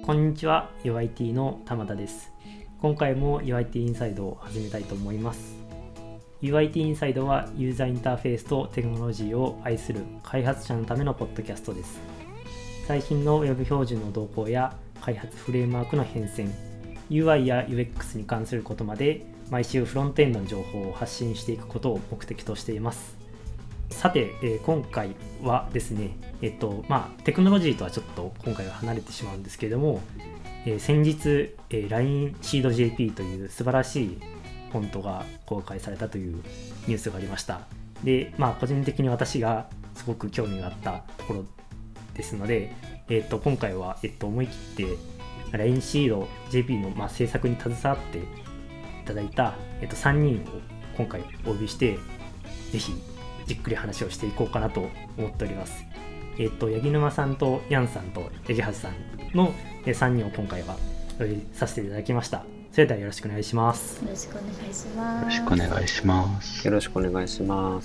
こんにちは、UIT の玉田です。今回も UIT インサイドを始めたいと思います。UIT インサイドはユーザーインターフェースとテクノロジーを愛する開発者のためのポッドキャストです。最新の Web 標準の動向や開発フレームワークの変遷、UI や UX に関することまで毎週フロントエンドの情報を発信していくことを目的としています。さて、今回はですね、テクノロジーとはちょっと今回は離れてしまうんですけれども、先日、LINE シード JP という素晴らしいフォントが公開されたというニュースがありました。で、個人的に私がすごく興味があったところですので、今回は、思い切って LINE シード JP の、制作に携わっていただいた、3人を今回お呼びして、ぜひじっくり話をしていこうかなと思っております。八木沼さんとヤンさんと八木橋さんの3人を今回はお呼びさせていただきました。それではよろしくお願いします。 よろしくお願いします。 よろしくお願いします。 よろしくお願いします。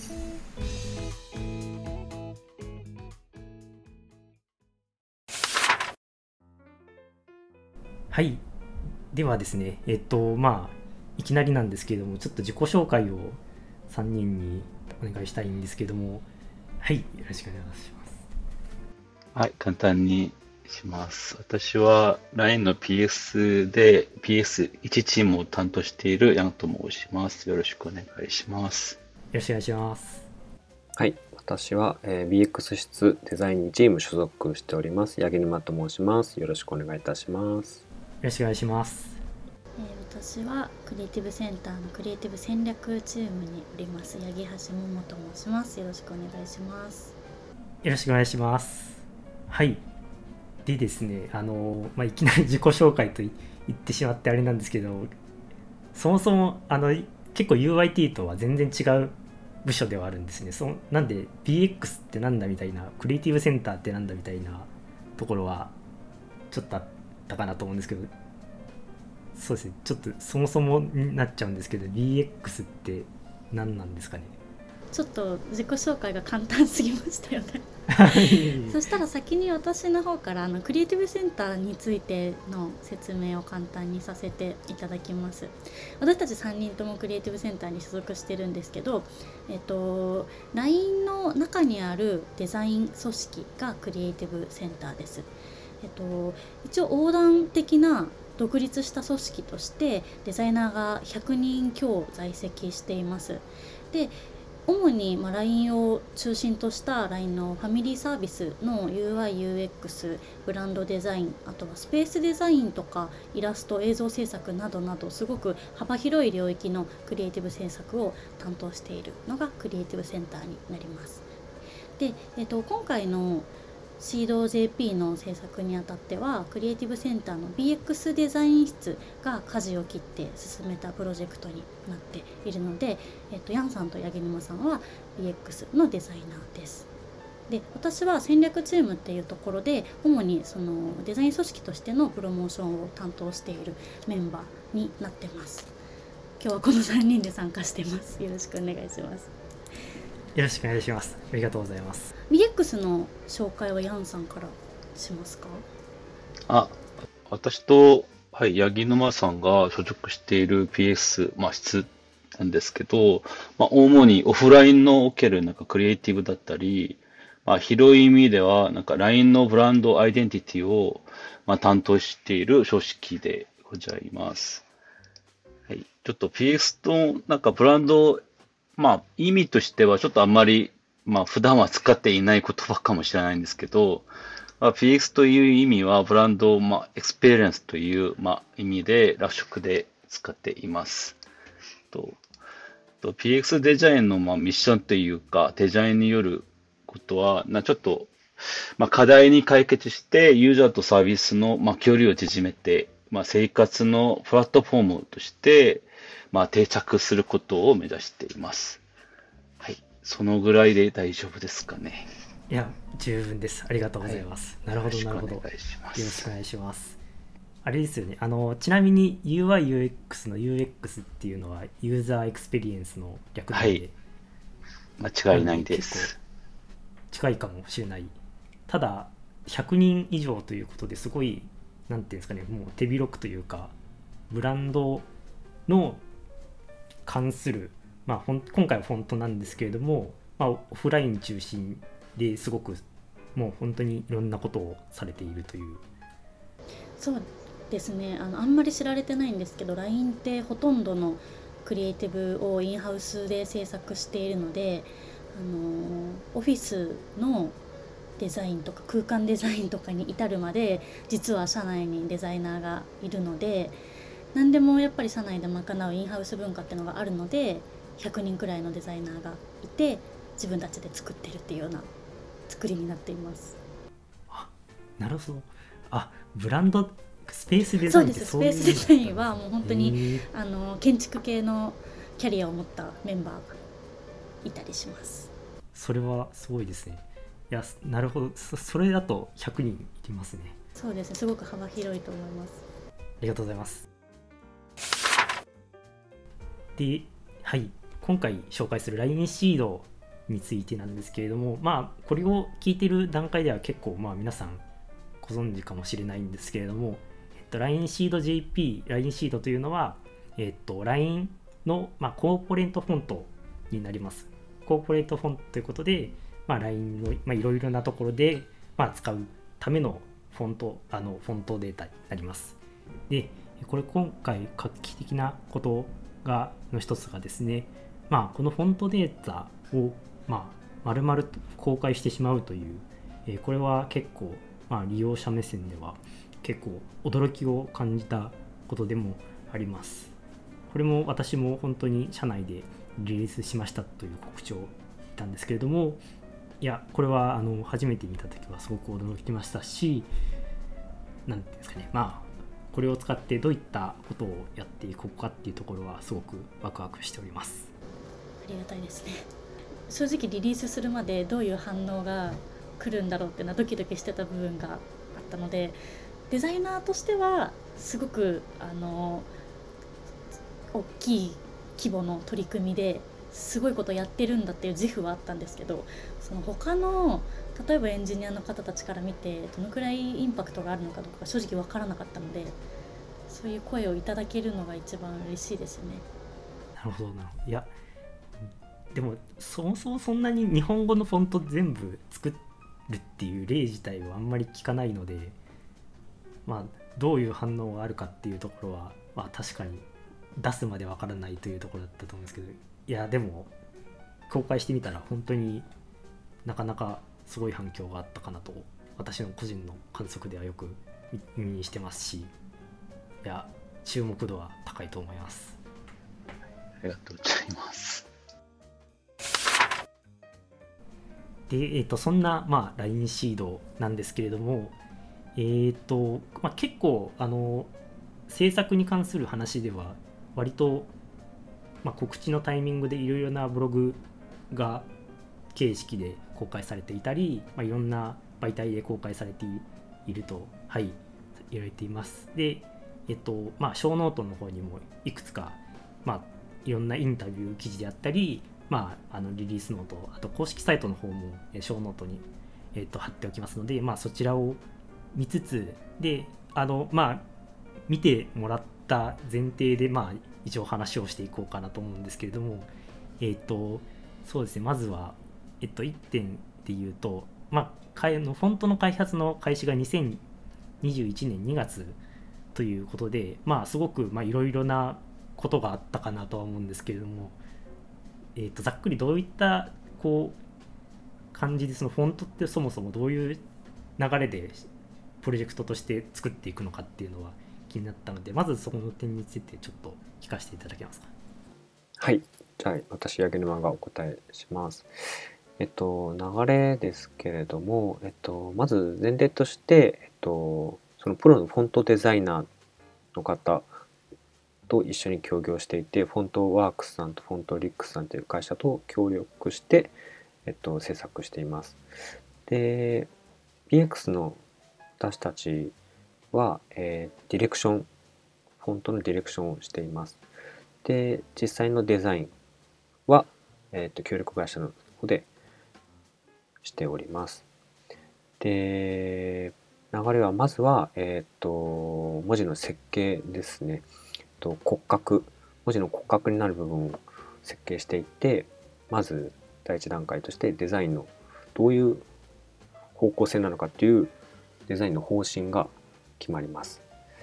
はい。ではですね、いきなりなんですけれども、ちょっと自己紹介を3人にお願いしたいんですけども、はい、よろしくお願いします。 はい、簡単にします。私は LINE の PS で PS1 チームを担当しているヤンと申します。よろしくお願いします。 よろしくお願いします。 はい、私は、BX 室デザインチーム所属しております八木沼と申します。よろしくお願いいたします。 よろしくお願いします。 私はクリエイティブセンターのクリエイティブ戦略チームにおります八木橋桃と申します。よろしくお願いします。 よろしくお願いします。はい。でですね、いきなり自己紹介と言ってしまってあれなんですけど、そもそも結構 UIT とは全然違う部署ではあるんですね。なんで BX ってなんだみたいな、クリエイティブセンターってなんだみたいなところはちょっとあったかなと思うんですけど、そうですね、ちょっとそもそもになっちゃうんですけど、 BX って何なんですかね。 ちょっと自己紹介が簡単すぎましたよねそしたら先に私の方からクリエイティブセンターについての説明を簡単にさせていただきます。私たち3人ともクリエイティブセンターに所属してるんですけど、LINE の中にあるデザイン組織がクリエイティブセンターです。一応横断的な独立した組織としてデザイナーが100人強在籍しています。で主にLINE を中心とした LINE のファミリーサービスの UI、UX、ブランドデザイン、あとはスペースデザインとかイラスト、映像制作などなどすごく幅広い領域のクリエイティブ制作を担当しているのがクリエイティブセンターになります。で、今回のシード JP の制作にあたってはクリエイティブセンターの BX デザイン室が舵を切って進めたプロジェクトになっているので、ヤンさんと八木沼さんは BX のデザイナーです。で、私は戦略チームっていうところで主にそのデザイン組織としてのプロモーションを担当しているメンバーになってます。今日はこの3人で参加してます。よろしくお願いします。 よろしくお願いします。ありがとうございます。 BX の紹介はヤンさんからしますか？ 私と、はい、八木沼さんが所属している PS、室なんですけど、主にオフラインのおけるクリエイティブだったり、広い意味ではLINE のブランドアイデンティティを、担当している組織でございます。はい、ちょっと PS とブランド意味としてはちょっとあんまり、普段は使っていない言葉かもしれないんですけど、PX という意味はブランド、エクスペリエンスという、意味で、羅色で使っています。PX デザインの、ミッションというか、デザインによることは、ちょっと、課題に解決して、ユーザーとサービスの、距離を縮めて、生活のプラットフォームとして、定着することを目指しています。はい、そのぐらいで大丈夫ですかね。 いや、十分です。ありがとうございます。なるほどなるほど。よろしくお願いします。あれですよね。ちなみに UI/UX の UX っていうのはユーザーエクスペリエンスの略なので、 間違いないです。 近いかもしれない。ただ100人以上ということですごいなんていうんですかね、もう手広くというかブランドの関する、今回はフォントなんですけれども、オフライン中心ですごくもう本当にいろんなことをされているという。 そうですね、あんまり知られてないんですけど LINE ってほとんどのクリエイティブをインハウスで制作しているので、オフィスのデザインとか空間デザインとかに至るまで実は社内にデザイナーがいるので、何でもやっぱり社内で賄うインハウス文化っていうのがあるので、100人くらいのデザイナーがいて自分たちで作ってるっていうような作りになっています。 なるほど。ブランドスペースデザインってそうです。スペースデザインはもう本当に建築系のキャリアを持ったメンバーがいたりします。 それはすごいですね。いや、なるほど。それだと100人いりますね。 そうですね、すごく幅広いと思います。 ありがとうございます。で、はい、今回紹介する LINE シードについてなんですけれども、これを聞いている段階では結構皆さんご存知かもしれないんですけれども、LINE シード JP、LINE シードというのは、LINE の、コーポレートフォントになります。コーポレートフォントということで、LINE のいろいろなところで、使うためのフォントデータになります。で、これ今回画期的なことの一つがですね、このフォントデータを、丸々公開してしまうという、これは結構、利用者目線では結構驚きを感じたことでもあります。これも私も本当に社内でリリースしましたという告知を言ったんですけれども、いや、これは初めて見たときはすごく驚きましたし、なんていうんですかね、これを使ってどういったことをやっていこうかっていうところはすごくワクワクしております。 ありがたいですね。正直リリースするまでどういう反応が来るんだろうっていうのはドキドキしてた部分があったので、デザイナーとしてはすごく大きい規模の取り組みですごいことやってるんだっていう自負はあったんですけど、その他の例えばエンジニアの方たちから見てどのくらいインパクトがあるのかどうか正直分からなかったので、そういう声をいただけるのが一番嬉しいですよね。 なるほどなるほど。いや、でもそもそもそんなに日本語のフォント全部作るっていう例自体はあんまり聞かないので、どういう反応があるかっていうところは、確かに出すまでわからないというところだったと思うんですけど、いやでも公開してみたら本当になかなかすごい反響があったかなと私の個人の観測ではよく耳にしてますし、いや注目度は高いと思います。 ありがとうございます。 で、そんな、LINE シードなんですけれども、結構制作に関する話では割と、告知のタイミングでいろいろなブログが形式で公開されていたり、いろんな媒体で公開されていると、言われています。で、ショーノートの方にもいくつか、いろんなインタビュー記事であったり、リリースノート、あと公式サイトの方もショーノートに、貼っておきますので、そちらを見つつで、見てもらった前提で、一応話をしていこうかなと思うんですけれども、そうですね、まずは、1点で言うと、フォントの開発の開始が2021年2月ということで、すごくいろいろなことがあったかなとは思うんですけれども、ざっくりどういった感じで、そのフォントってそもそもどういう流れでプロジェクトとして作っていくのかっていうのは気になったので、まずそこの点についてちょっと聞かせていただけますか。 はい、じゃあ私八木沼がお答えします。流れですけれども、まず前提として、そのプロのフォントデザイナーの方と一緒に協業していて、フォントワークスさんとフォントリックスさんという会社と協力して、制作しています。で、PX の私たちは、ディレクション、フォントのディレクションをしています。で、実際のデザインは、協力会社の方でしております。で、 流れはまずは、文字の設計ですね。骨格、文字の骨格になる部分を設計していって、まず第一段階としてデザインのどういう方向性なのかっていうデザインの方針が決まります。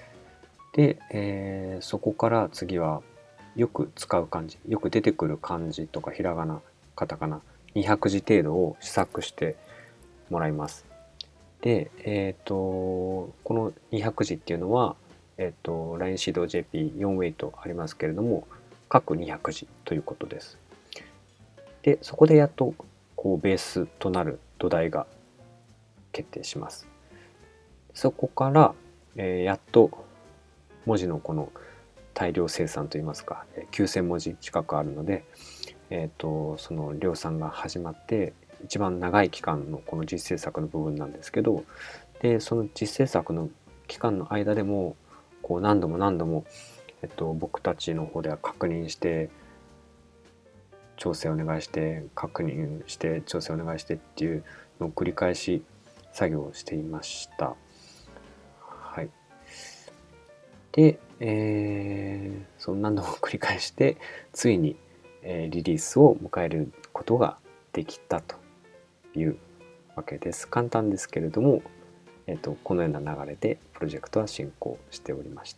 で、そこから次はよく使う漢字、よく出てくる漢字とかひらがな、カタカナ、200字程度を試作してもらいます。で、この200字っていうのは、LINE 指導 JP4 ウェイトありますけれども、各200字ということです。で、そこでやっとこうベースとなる土台が決定します。そこから、やっと文字のこの大量生産といいますか、9000文字近くあるので、その量産が始まって一番長い期間のこの実制作の部分なんですけど、でその実制作の期間の間でもこう何度も、僕たちの方では確認して調整お願いして確認して調整お願いしてっていうのを繰り返し作業をしていました。はい。で、その何度も繰り返してついに、リリースを迎えることができたというわけです。簡単ですけれども、このような流れでプロジェクトは進行しておりました。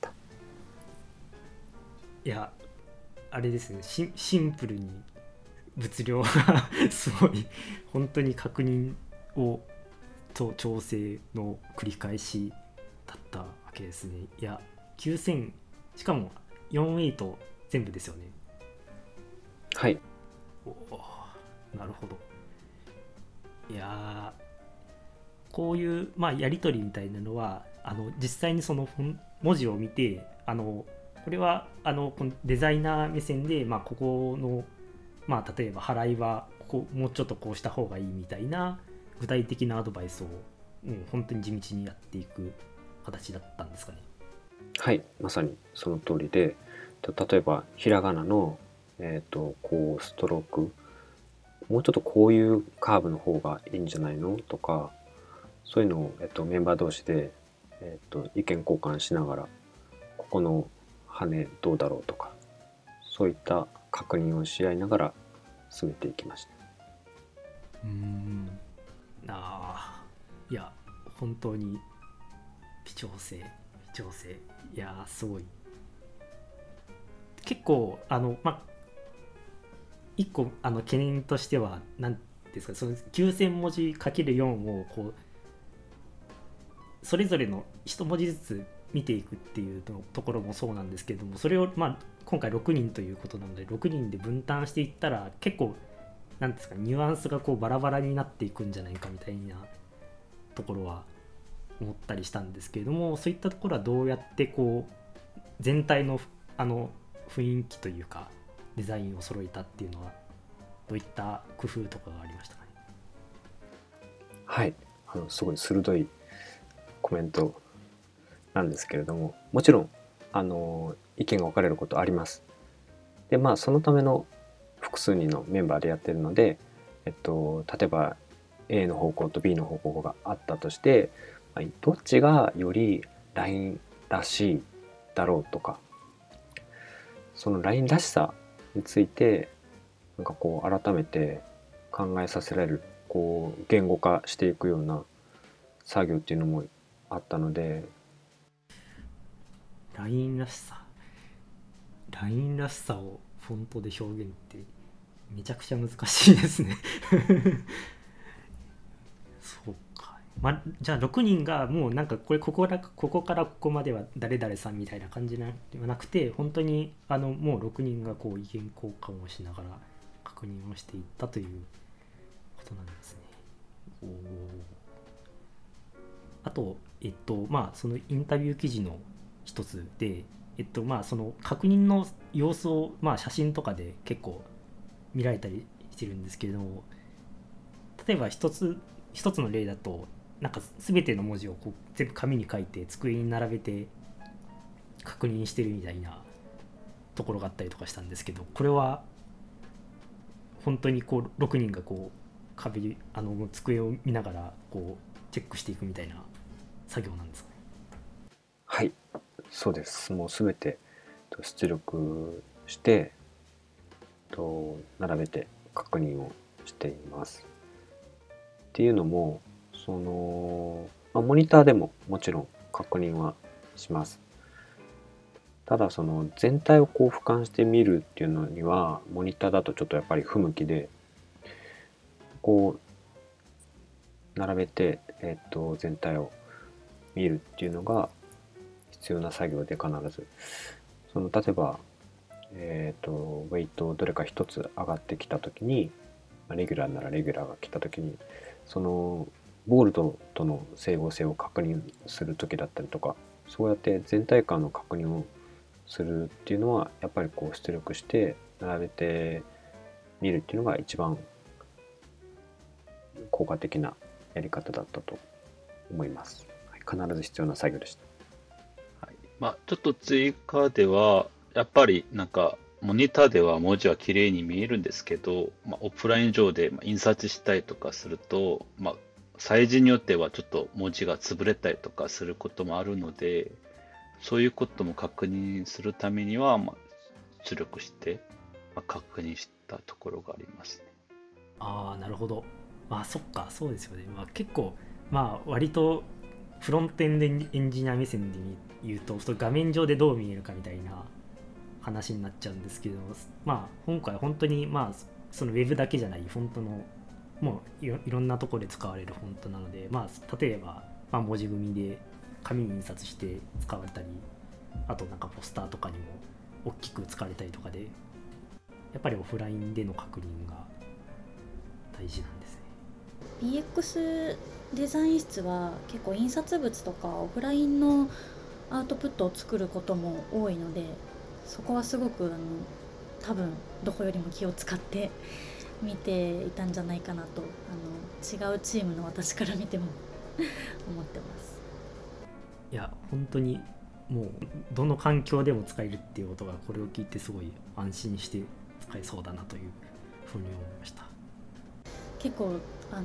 いや、あれですね、シンプルに物量がすごい本当に確認をと調整の繰り返しだったわけですね。いや、9000、しかも48全部ですよね。 はい。 なるほど。いや、こういう、やり取りみたいなのは実際にその文字を見てこれはこのデザイナー目線で、ここの、例えば払いはもうちょっとこうした方がいいみたいな具体的なアドバイスを、本当に地道にやっていく形だったんですかね。 はい、まさにその通りで、例えばひらがなの、こうストローク、もうちょっとこういうカーブの方がいいんじゃないのとか、そういうのを、メンバー同士で、意見交換しながら、ここの羽どうだろうとか、そういった確認をし合いながら進めていきました。 いや、本当に微調整、いやすごい。結構一個懸念としては何ですか、その9000文字 ×4 をこうそれぞれの一文字ずつ見ていくっていうところもそうなんですけれども、それを今回6人ということなので6人で分担していったら結構なんですか、ニュアンスがこうバラバラになっていくんじゃないかみたいなところは思ったりしたんですけれども、そういったところはどうやってこう全体の雰囲気というかデザインを揃えたっていうのはどういった工夫とかがありましたかね。 はい、すごい鋭いコメントなんですけれども、もちろん意見が分かれることあります。で、そのための複数人のメンバーでやってるので、例えば A の方向と B の方向があったとして、どっちがより LINE らしいだろうとか、その LINE らしさについてなんかこう改めて考えさせられる、こう言語化していくような作業っていうのもあったので、 LINE らしさをフォントで表現ってめちゃくちゃ難しいですねそうか、じゃあ6人がもうなんかここからここまでは誰々さんみたいな感じではなくて、本当にもう6人がこう意見交換をしながら確認をしていったということなんですね。あとそのインタビュー記事の一つでその確認の様子を写真とかで結構見られたりしてるんですけれども、例えば一つの例だとなんか全ての文字をこう全部紙に書いて机に並べて確認してるみたいなところがあったりとかしたんですけど、これは本当にこう6人がこう机を見ながらこうチェックしていくみたいな作業なんですかね。 はい、そうです。もうすべて出力して並べて確認をしています。っていうのもモニターでももちろん確認はします。ただその全体をこう俯瞰して見るっていうのにはモニターだとちょっとやっぱり不向きで、こう並べて、全体を見るっていうのが必要な作業で、必ず例えば、ウェイトどれか一つ上がってきた時に、レギュラーならレギュラーが来た時にそのボールドとの整合性を確認する時だったりとか、そうやって全体感の確認をするっていうのはやっぱりこう出力して並べてみるっていうのが一番効果的なやり方だったと思います。必ず必要な作業でした。 はい。ちょっと追加では、やっぱりなんか、モニターでは文字は綺麗に見えるんですけど、オフライン上で印刷したりとかすると、サイズによってはちょっと文字が潰れたりとかすることもあるので、そういうことも確認するためには、出力して、確認したところがありますね。 ああ、なるほど。そっか、そうですよね。結構割とフロントエンドエンジニア目線で言うと、その画面上でどう見えるかみたいな話になっちゃうんですけど、今回本当にそのウェブだけじゃないフォントのもういろんなところで使われるフォントなので、例えば、文字組みで紙に印刷して使われたり、あとなんかポスターとかにも大きく使われたりとかで、やっぱりオフラインでの確認が大事なんですね。 BX デザイン室は結構印刷物とかオフラインのアウトプットを作ることも多いので、そこはすごく多分どこよりも気を使って見ていたんじゃないかなと、違うチームの私から見ても思ってます。 いや本当にもうどの環境でも使えるっていうことが、これを聞いてすごい安心して使えそうだなというふうに思いました。 結構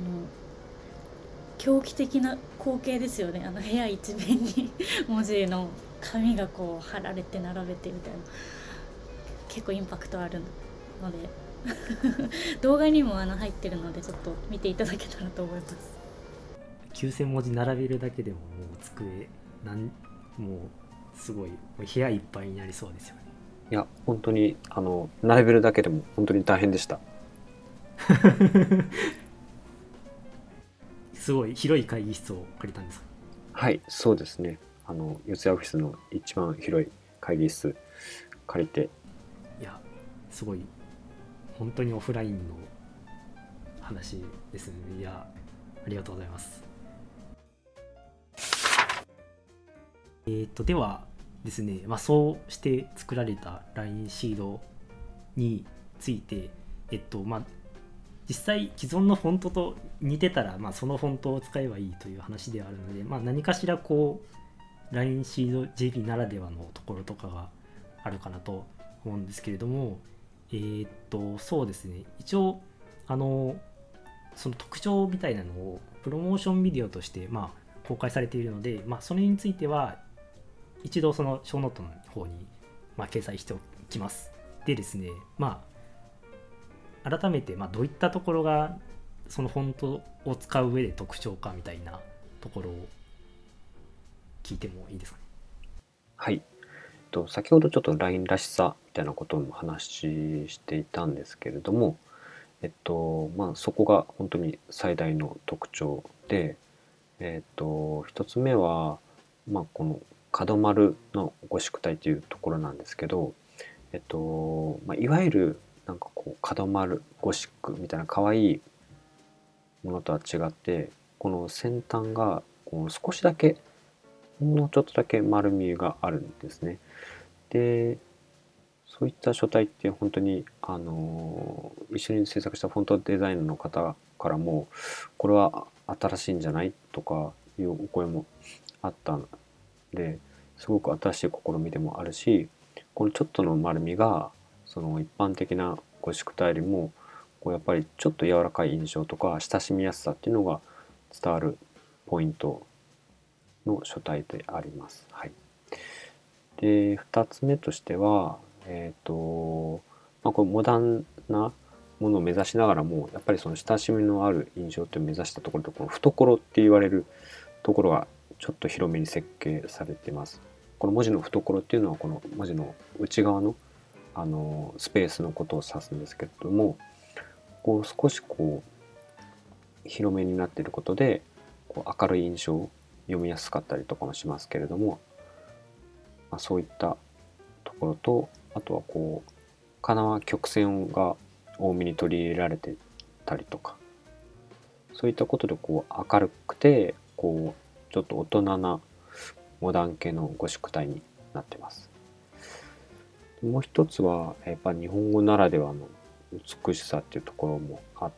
狂気的な光景ですよね。部屋一面に文字の紙がこう貼られて並べてみたいな、結構インパクトあるので動画にも入ってるので、ちょっと見ていただけたらと思います。 9000文字並べるだけでももう机もうすごい部屋いっぱいになりそうですよね。 いや本当に並べるだけでも本当に大変でしたすごい広い会議室を借りたんですか？ はい、そうですね。四谷オフィスの一番広い会議室借りて。 いやすごい本当にオフラインの話ですね。いやありがとうございます。ではですね、そうして作られた LINE シードについて、実際既存のフォントと似てたら、そのフォントを使えばいいという話ではあるので、何かしらこう LINE シード JP ならではのところとかがあるかなと思うんですけれども、そうですね、一応その特徴みたいなのをプロモーションビデオとして公開されているので、それについては一度そのショーノートの方に掲載しておきます。でですね、改めてどういったところがそのフォントを使う上で特徴かみたいなところを聞いてもいいですかね。 はい。先ほどちょっと LINE らしさみたいなことも話していたんですけれども、そこが本当に最大の特徴で、一つ目は、この角丸のゴシック体というところなんですけど、いわゆるなんかこう角丸ゴシックみたいな可愛いものとは違って、この先端がこう少しだけ、ほんのちょっとだけ丸みがあるんですね。で、そういった書体って本当に一緒に制作したフォントデザインの方からも、これは新しいんじゃないとかいうお声もあったので、すごく新しい試みでもあるし、このちょっとの丸みがその一般的なゴシック体よりもこうやっぱりちょっと柔らかい印象とか親しみやすさっていうのが伝わるポイントの書体であります。はい。で、2つ目としては、これモダンなものを目指しながらも、やっぱりその親しみのある印象という目指したところと、この懐って言われるところがちょっと広めに設計されています。この文字の懐っていうのは、この文字の内側のスペースのことを指すんですけれども、少し広めになっていることで明るい印象、読みやすかったりとかもしますけれども、そういったところと、あとはかなは曲線が多めに取り入れられてたりとか、そういったことで明るくてちょっと大人なモダン系のゴシック体になってます。もう一つはやっぱ日本語ならではの美しさっていうところもあって、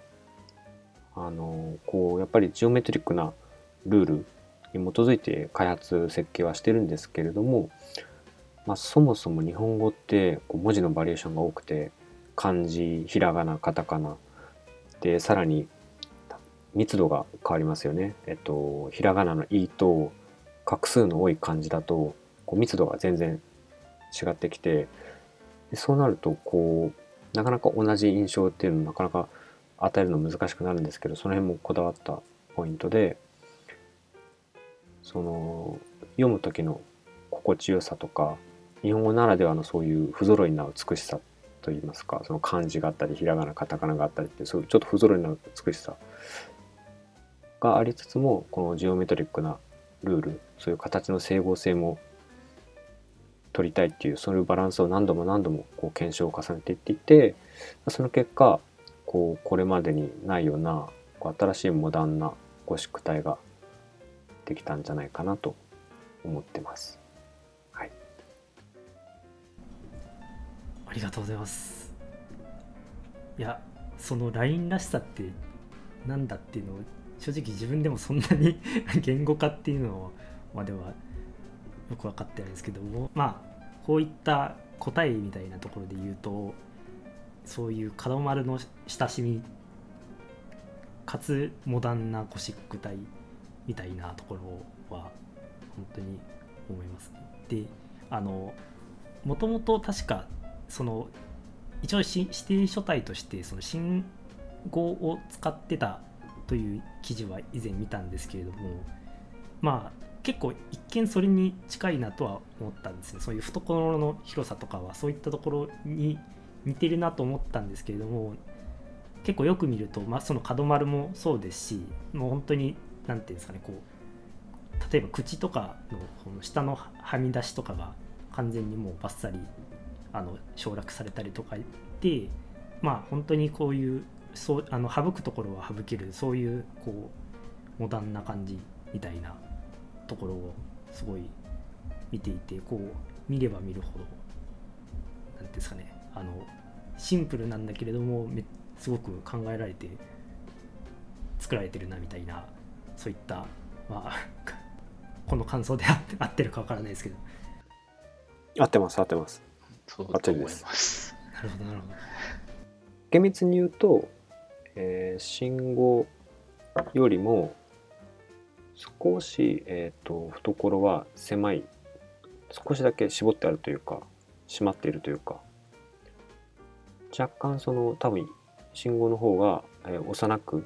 やっぱりジオメトリックなルールに基づいて開発設計はしてるんですけれども、そもそも日本語って文字のバリエーションが多くて、漢字、ひらがな、カタカナで、さらに密度が変わりますよね。ひらがなの「い」と画数の多い漢字だと密度が全然違ってきて、そうなるとなかなか同じ印象っていうのをなかなか与えるの難しくなるんですけど、その辺もこだわったポイントで、読む時の心地よさとか、日本語ならではのそういう不揃いな美しさといいますか、その漢字があったりひらがな、カタカナがあったりって、そういうちょっと不揃いな美しさがありつつも、このジオメトリックなルール、そういう形の整合性も取りたいっていう、そういうバランスを何度も何度も検証を重ねていっていて、その結果これまでにないような新しいモダンなゴシック体ができたんじゃないかなと思ってます。はい。 ありがとうございます。いや、そのラインらしさってなんだっていうのを正直自分でもそんなに言語化っていうのまではよく分かってないんですけども、こういった答えみたいなところで言うと、そういう角丸の親しみかつモダンなゴシック体みたいなところは本当に思いますね。で、もともと確か一応指定書体としてその信号を使ってたという記事は以前見たんですけれども、結構一見それに近いなとは思ったんですね。そういう懐の広さとかはそういったところに似てるなと思ったんですけれども、結構よく見ると、その角丸もそうですし、もう本当になんていうんですかね、例えば口とかのこの下のはみ出しとかが完全にもうバッサリ省略されたりとかで、本当にこういう省くところは省ける、そういうモダンな感じみたいなところをすごい見ていて、見れば見るほどなんていうんですかね、シンプルなんだけれどもすごく考えられて作られてるなみたいな、そういったこの感想で合ってるかわからないですけど。 合ってます。 そうだと思います。 なるほどなるほど。 厳密に言うと、信号よりも少し、懐は狭い、少しだけ絞ってあるというか、締まっているというか、若干多分信号の方が、幼く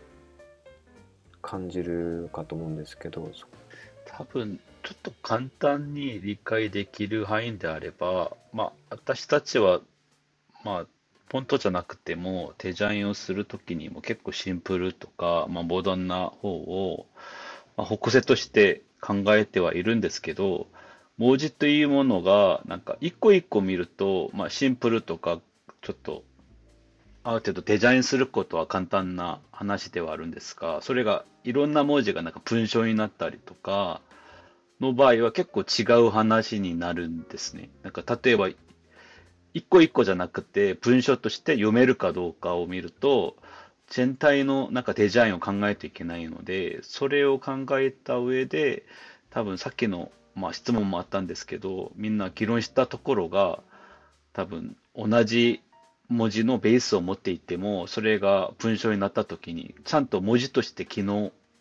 感じるかと思うんですけど、 多分ちょっと簡単に理解できる範囲であれば、私たちはフォントじゃなくてもデザインをするときにも結構シンプルとか、モダンな方を、方向性として考えてはいるんですけど、文字というものがなんか一個一個見ると、シンプルとかちょっとある程度デザインすることは簡単な話ではあるんですが、それがいろんな文字がなんか文章になったりとかの場合は結構違う話になるんですね。なんか例えば一個一個じゃなくて文章として読めるかどうかを見ると、全体のなんかデザインを考えないといけないので、それを考えた上で、多分さっきの質問もあったんですけど、みんな議論したところが、多分同じ文字のベースを持っていても、それが文章になった時にちゃんと文字として機能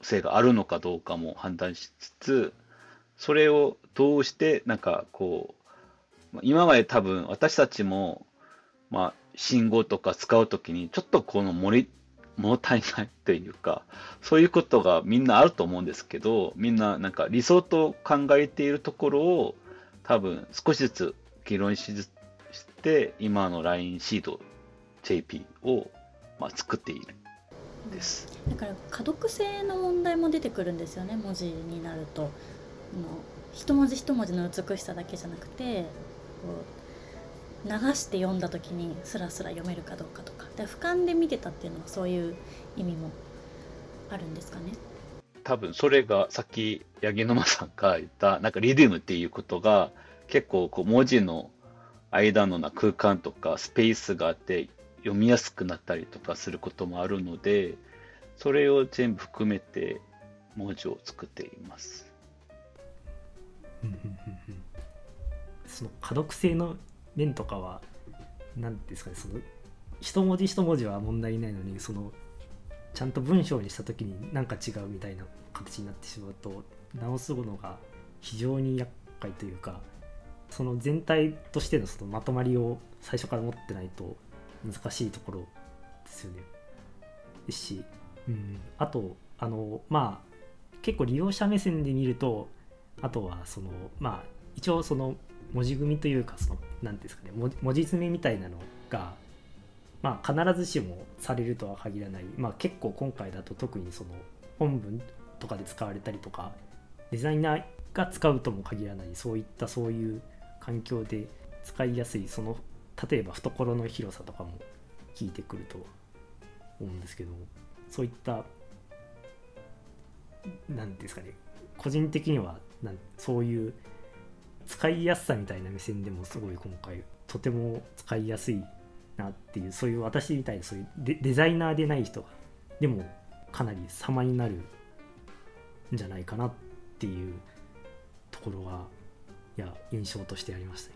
性があるのかどうかも判断しつつ、それをどうしてなんかこう、今まで多分私たちも信号とか使うときにちょっとこの物足りないというか、そういうことがみんなあると思うんですけど、みんななんか理想と考えているところを多分少しずつ議論して今の LINE シード JP を作っているです。 だから可読性の問題も出てくるんですよね。文字になると一文字一文字の美しさだけじゃなくて、こう流して読んだ時にスラスラ読めるかどうかとか、で俯瞰で見てたっていうのはそういう意味もあるんですかね。 多分それがさっき八木沼さんが言ったなんかリディムっていうことが結構こう文字の間の空間とかスペースがあって読みやすくなったりとかすることもあるので、それを全部含めて文字を作っています。 その可読性の面とかは何ですかね、その一文字一文字は問題ないのに、そのちゃんと文章にした時に何か違うみたいな形になってしまうと、直すのが非常に厄介というか、その全体としてのそのまとまりを最初から持ってないと難しいところですよね。ですし、あと結構利用者目線で見ると、あとはその一応その文字組みというか、その何ですかね、文字詰めみたいなのが必ずしもされるとは限らない、結構今回だと特にその本文とかで使われたりとか、デザイナーが使うとも限らない、そういう環境で使いやすい、その例えば懐の広さとかも効いてくると思うんですけども、そういった何ですかね、個人的にはそういう使いやすさみたいな目線でもすごい今回とても使いやすいなっていう、そういう私みたいなそういうデザイナーでない人でもかなり様になるんじゃないかなっていうところが印象としてありましたね。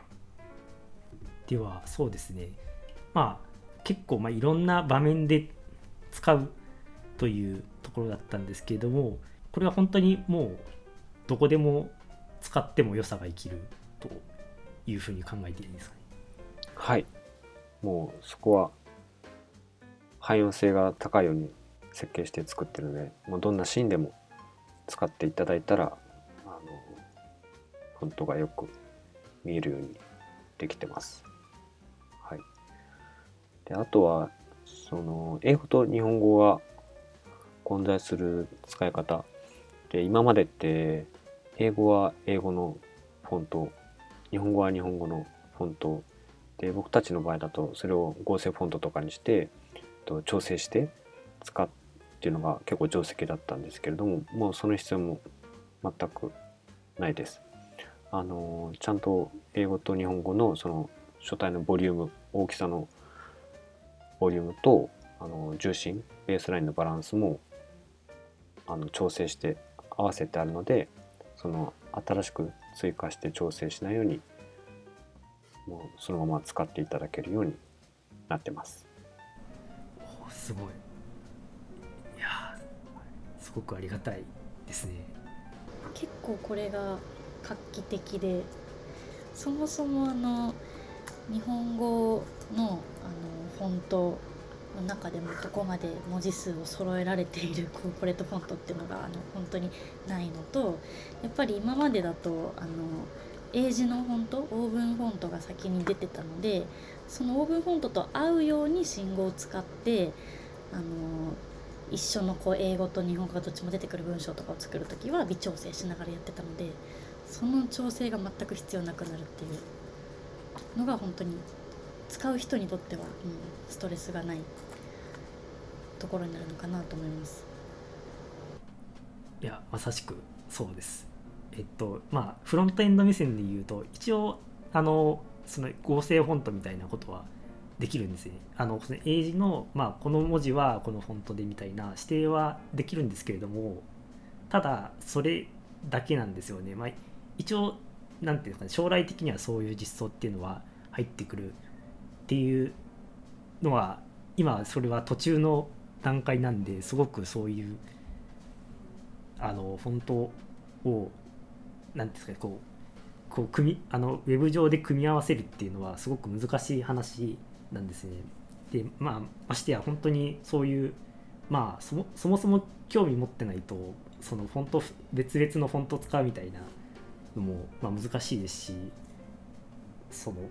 ではそうですね、結構いろんな場面で使うというところだったんですけれども、これは本当にもうどこでも使っても良さが生きるというふうに考えていいんですかね。 はい、もうそこは汎用性が高いように設計して作ってるので、もうどんなシーンでも使っていただいたらフォントがよく見えるようにできてます。はい。で、あとはその英語と日本語が混在する使い方で、今までって英語は英語のフォント、日本語は日本語のフォントで、僕たちの場合だとそれを合成フォントとかにして調整して使うっていうのが結構定石だったんですけれども、もうその必要も全くないです。ちゃんと英語と日本語のその書体のボリューム、大きさのボリュームと重心、ベースラインのバランスも調整して合わせてあるので、その新しく追加して調整しないように、もうそのまま使っていただけるようになってます。 すごい。いや、すごくありがたいですね。 結構これが画期的で、そもそも日本語のフォントの中でもどこまで文字数を揃えられているコーポレートフォントっていうのが本当にないのと、やっぱり今までだと英字のフォント、オーブンフォントが先に出てたので、そのオーブンフォントと合うように信号を使って一緒の英語と日本語がどっちも出てくる文章とかを作るときは微調整しながらやってたので、その調整が全く必要なくなるっていうのが本当に使う人にとっては、ストレスがないところになるのかなと思います。 いや、まさしくそうです。フロントエンド目線で言うと、一応その合成フォントみたいなことはできるんですね。その英字の、この文字はこのフォントでみたいな指定はできるんですけれども、ただそれだけなんですよね。一応なんていうかね、将来的にはそういう実装っていうのは入ってくるっていうのは、今それは途中の段階なんで、すごくそういうフォントをなんていうんですかね、ウェブ上で組み合わせるっていうのはすごく難しい話なんですね。で、ましてや本当にそういう、そもそも興味持ってないとそのフォント別々のフォントを使うみたいなのも難しいですし、その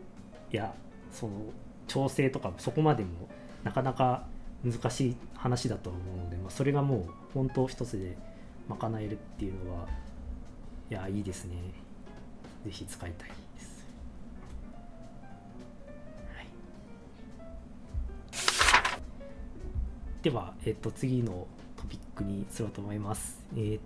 調整とかそこまでもなかなか難しい話だと思うので、それがもうフォント一つで賄えるっていうのはいいですね。ぜひ使いたいです。はい、では、次のトピックに移ろうと思います。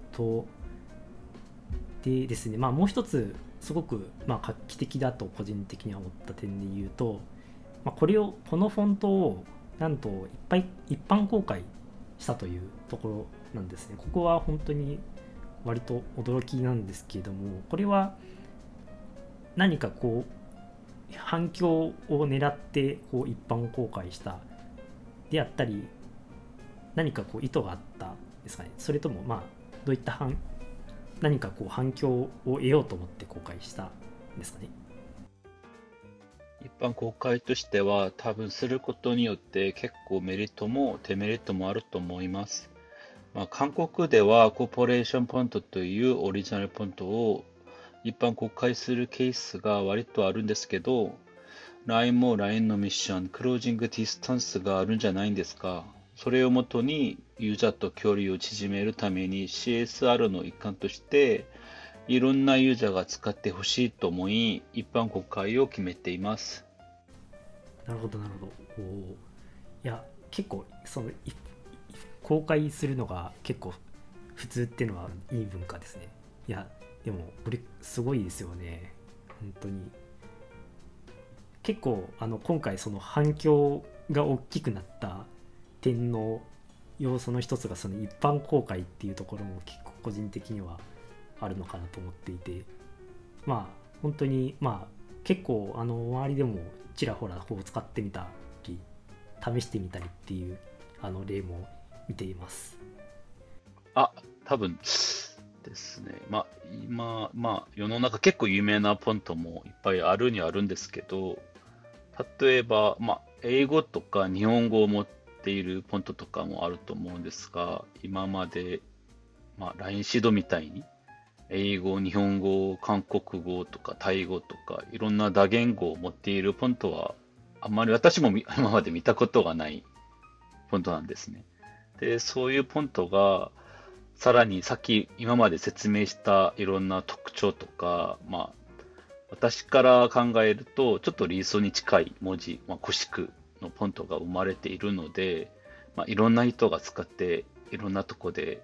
でですね、もう一つすごく画期的だと個人的には思った点で言うと、このフォントをなんと一般公開したというところなんですね。ここは本当に割と驚きなんですけれども、これは何か反響を狙って一般公開したであったり、何か意図があったんですかね。それともどういった何か反響を得ようと思って公開したんですかね。 一般公開としては多分することによって結構メリットもデメリットもあると思います。韓国ではコーポレーションフォントというオリジナルフォントを一般公開するケースが割とあるんですけど、LINE も LINE のミッション、クロージングディスタンスがあるんじゃないんですか。それをもとにユーザーと距離を縮めるために CSR の一環としていろんなユーザーが使ってほしいと思い一般公開を決めています。 なるほど。いや、結構公開するのが結構普通っていうのはいい文化ですね。いやでもこれすごいですよね。本当に結構今回その反響が大きくなった点の要素の一つがその一般公開っていうところも結構個人的にはあるのかなと思っていて、本当に結構周りでもちらほら使ってみたり試してみたりっていう例も見ています。 多分ですね。今、世の中結構有名なフォントもいっぱいあるにはあるんですけど、例えば、英語とか日本語を持っているフォントとかもあると思うんですが、今まで、LINE シードみたいに、英語、日本語、韓国語とかタイ語とか、いろんな多言語を持っているフォントは、あんまり私も今まで見たことがないフォントなんですね。で、そういうフォントが、さらに今まで説明したいろんな特徴とか、私から考えると、ちょっと理想に近い文字、コシクのフォントが生まれているので、いろんな人が使って、いろんなとこで、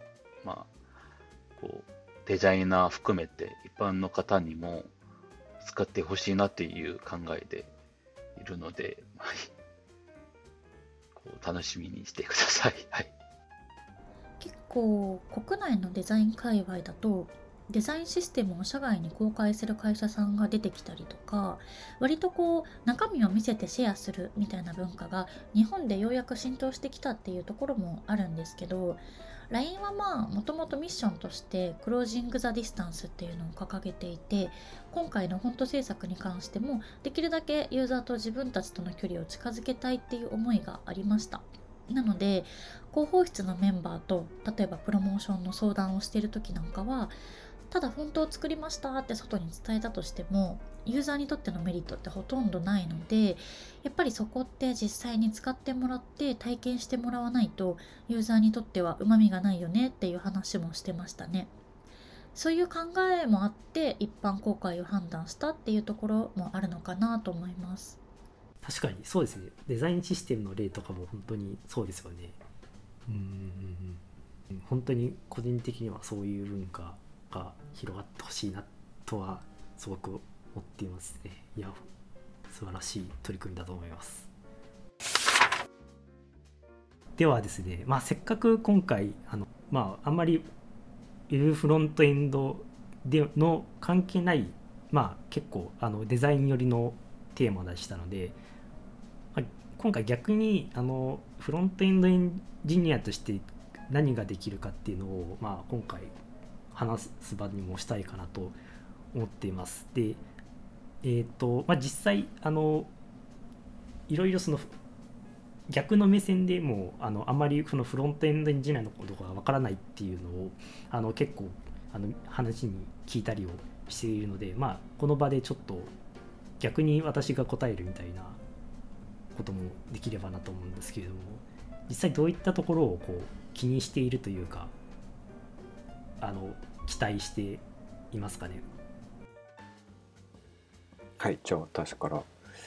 デザイナー含めて一般の方にも使ってほしいなという考えでいるので、楽しみにしてください。はい。 結構国内のデザイン界隈だとデザインシステムを社外に公開する会社さんが出てきたりとか、割と中身を見せてシェアするみたいな文化が日本でようやく浸透してきたっていうところもあるんですけど、 LINE はもともとミッションとしてクロージング・ザ・ディスタンスっていうのを掲げていて、今回のフォント制作に関してもできるだけユーザーと自分たちとの距離を近づけたいっていう思いがありました。なので広報室のメンバーと例えばプロモーションの相談をしている時なんかは、ただフォントを作りましたって外に伝えたとしてもユーザーにとってのメリットってほとんどないので、やっぱりそこって実際に使ってもらって体験してもらわないとユーザーにとってはうまみがないよねっていう話もしてましたね。そういう考えもあって一般公開を判断したっていうところもあるのかなと思います。 確かにそうですね。デザインシステムの例とかも本当にそうですよね。本当に個人的にはそういう文化が広がってほしいなとはすごく思っていますね。いや、素晴らしい取り組みだと思います。ではですね、せっかく今回あんまりウェブフロントエンドでの関係ない、結構デザイン寄りのテーマでしたので、今回逆にフロントエンドエンジニアとして何ができるかっていうのを、今回話す場にもしたいかなと思っています。で、実際いろいろその逆の目線でもあまりそのフロントエンドエンジニアのことがわからないっていうのを結構話に聞いたりをしているので、この場でちょっと逆に私が答えるみたいなこともできればなと思うんですけれども、実際どういったところをこう気にしているというか期待していますかね。 はい、じゃあ私から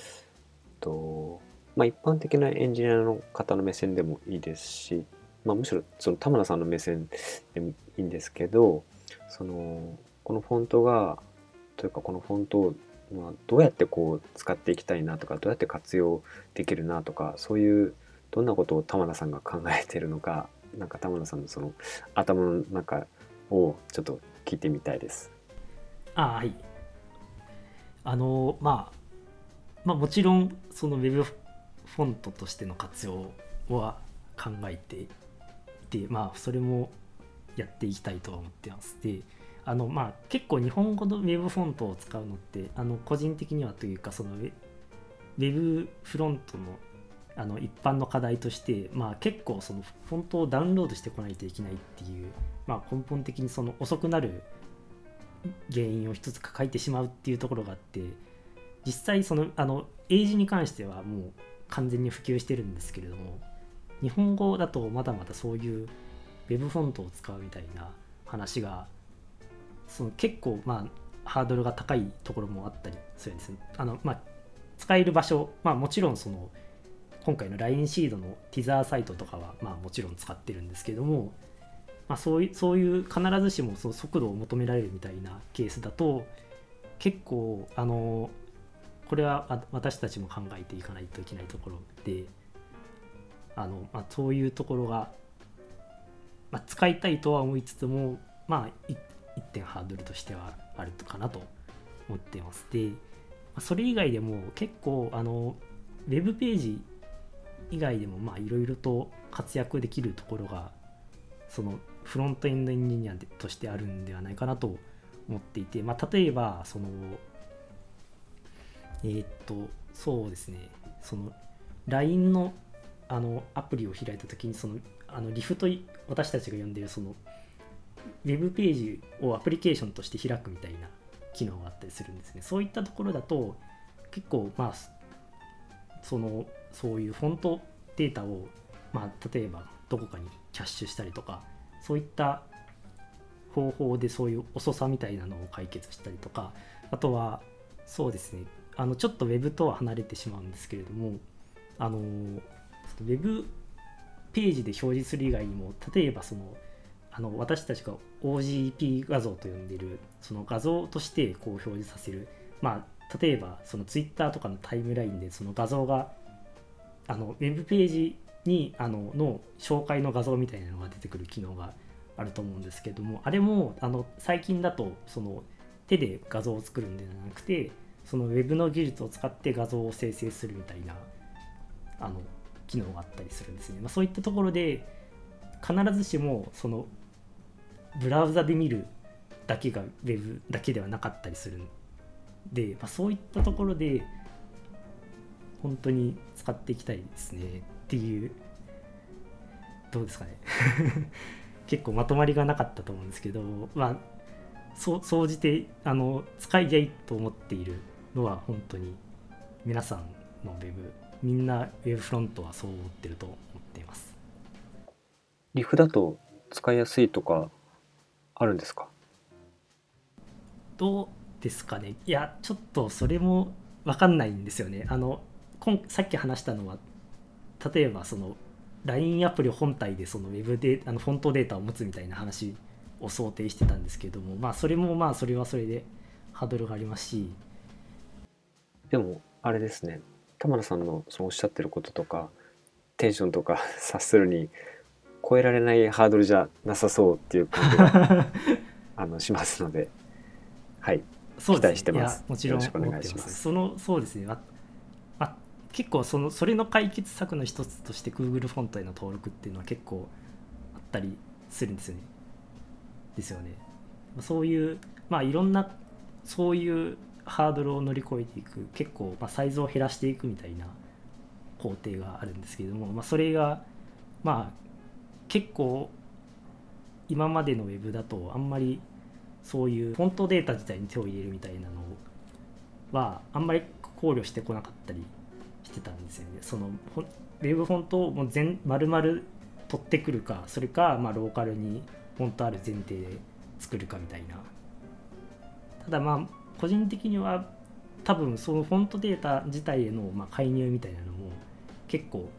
一般的なエンジニアの方の目線でもいいですし、むしろその田村さんの目線でもいいんですけど、このフォントこのフォントをどうやってこう使っていきたいなとか、どうやって活用できるなとか、そういうどんなことを田村さんが考えているのか、なんか田村さんのその頭の中をちょっと聞いてみたいです。 はい。もちろんその Web フォントとしての活用は考えていて、それもやっていきたいとは思ってます。で、結構日本語の Web フォントを使うのって個人的にはというか、その Web フロントの一般の課題として、結構そのフォントをダウンロードしてこないといけないっていう、根本的にその遅くなる原因を一つ抱えてしまうっていうところがあって、実際その英字に関してはもう完全に普及してるんですけれども、日本語だとまだまだそういう Web フォントを使うみたいな話が結構ハードルが高いところもあったりするんですね。使える場所、もちろんその今回の LINE シードのティザーサイトとかはもちろん使ってるんですけども、そういう必ずしもその速度を求められるみたいなケースだと、結構これは私たちも考えていかないといけないところで、そういうところが、使いたいとは思いつつも、一点ハードルとしてはあるかなと思っています。で、それ以外でも結構ウェブページ以外でもいろいろと活躍できるところがそのフロントエンドエンジニアとしてあるんではないかなと思っていて、例えばそのそうですね、その LINE のアプリを開いたときにリフと私たちが呼んでいるそのウェブページをアプリケーションとして開くみたいな機能があったりするんですね。そういったところだと結構そういうフォントデータを例えばどこかにキャッシュしたりとか、そういった方法でそういう遅さみたいなのを解決したりとか、あとはそうですね、ちょっと Web とは離れてしまうんですけれども、Web ページで表示する以外にも、例えば私たちが OGP 画像と呼んでいるその画像としてこう表示させる、例えばその Twitter とかのタイムラインでその画像がウェブページにの紹介の画像みたいなのが出てくる機能があると思うんですけども、あれも最近だとその手で画像を作るんではなくて、そのウェブの技術を使って画像を生成するみたいな機能があったりするんですね。そういったところで必ずしもそのブラウザで見るだけがウェブだけではなかったりするんで、そういったところで本当に使っていきたいですねっていう、どうですかね結構まとまりがなかったと思うんですけど、総じて使いたいと思っているのは本当に皆さんのウェブ、みんなウェブフロントはそう思ってると思っています。 リフだと使いやすいとかあるんですか？ どうですかね。いや、ちょっとそれも分かんないんですよね。さっき話したのは、例えばその LINE アプリ本体でそのウェブでフォントデータを持つみたいな話を想定してたんですけども、それもそれはそれでハードルがありますし。 でもあれですね、田村さんのそのおっしゃってることとかテンションとか察するに超えられないハードルじゃなさそうっていう感じがしますので、はい、 そうですね、 期待してます。 いやもちろん思ってます。 よろしくお願いします。 そうですね、結構それの解決策の一つとして Google フォントへの登録っていうのは結構あったりするんですよね。 そういう、いろんなそういうハードルを乗り越えていく、結構、サイズを減らしていくみたいな工程があるんですけれども、それが結構今までのウェブだとあんまりそういうフォントデータ自体に手を入れるみたいなのはあんまり考慮してこなかったりしてたんですよね。そのウェブフォントをもう丸々取ってくるか、それかローカルにフォントある前提で作るかみたいな。ただ個人的には多分そのフォントデータ自体への介入みたいなのも結構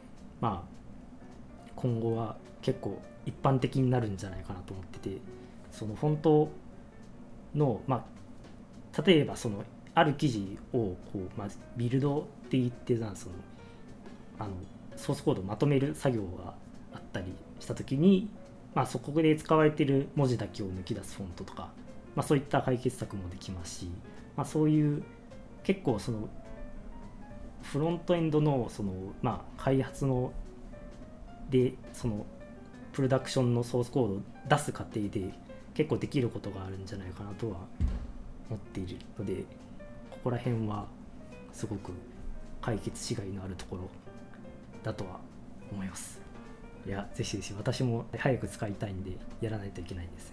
今後は結構一般的になるんじゃないかなと思ってて、そのフォントの例えばそのある記事をビルドって言ってソースコードをまとめる作業があったりした時に、そこで使われている文字だけを抜き出すフォントとか、そういった解決策もできますし、そういう結構そのフロントエンドのその開発のでそのプロダクションのソースコードを出す過程で結構できることがあるんじゃないかなとは思っているので、ここら辺はすごく解決しがいのあるところだとは思います。いや、ぜひぜひ私も早く使いたいんでやらないといけないんですね。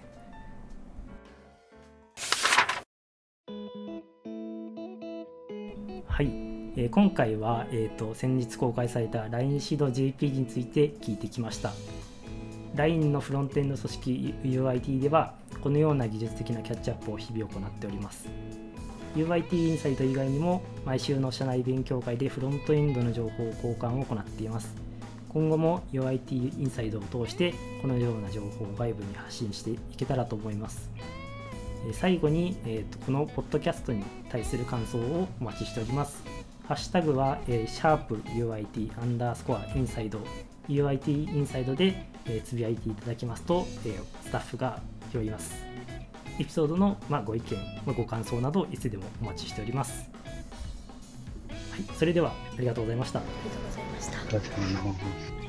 はい、今回は、先日公開された LINE シード JPG について聞いてきました。 LINE のフロントエンド組織 UIT ではこのような技術的なキャッチアップを日々行っております。 UIT インサイド以外にも毎週の社内勉強会でフロントエンドの情報交換を行っています。今後も UIT インサイドを通してこのような情報を外部に発信していけたらと思います。最後に、このポッドキャストに対する感想をお待ちしております。ハッシュタグは、#UIT_inside UIT インサイドで、つぶやいていただきますと、スタッフが拾います。エピソードの、ご意見、ご感想などいつでもお待ちしております。はい、それではありがとうございました。 ありがとうございました。 ありがとうございます。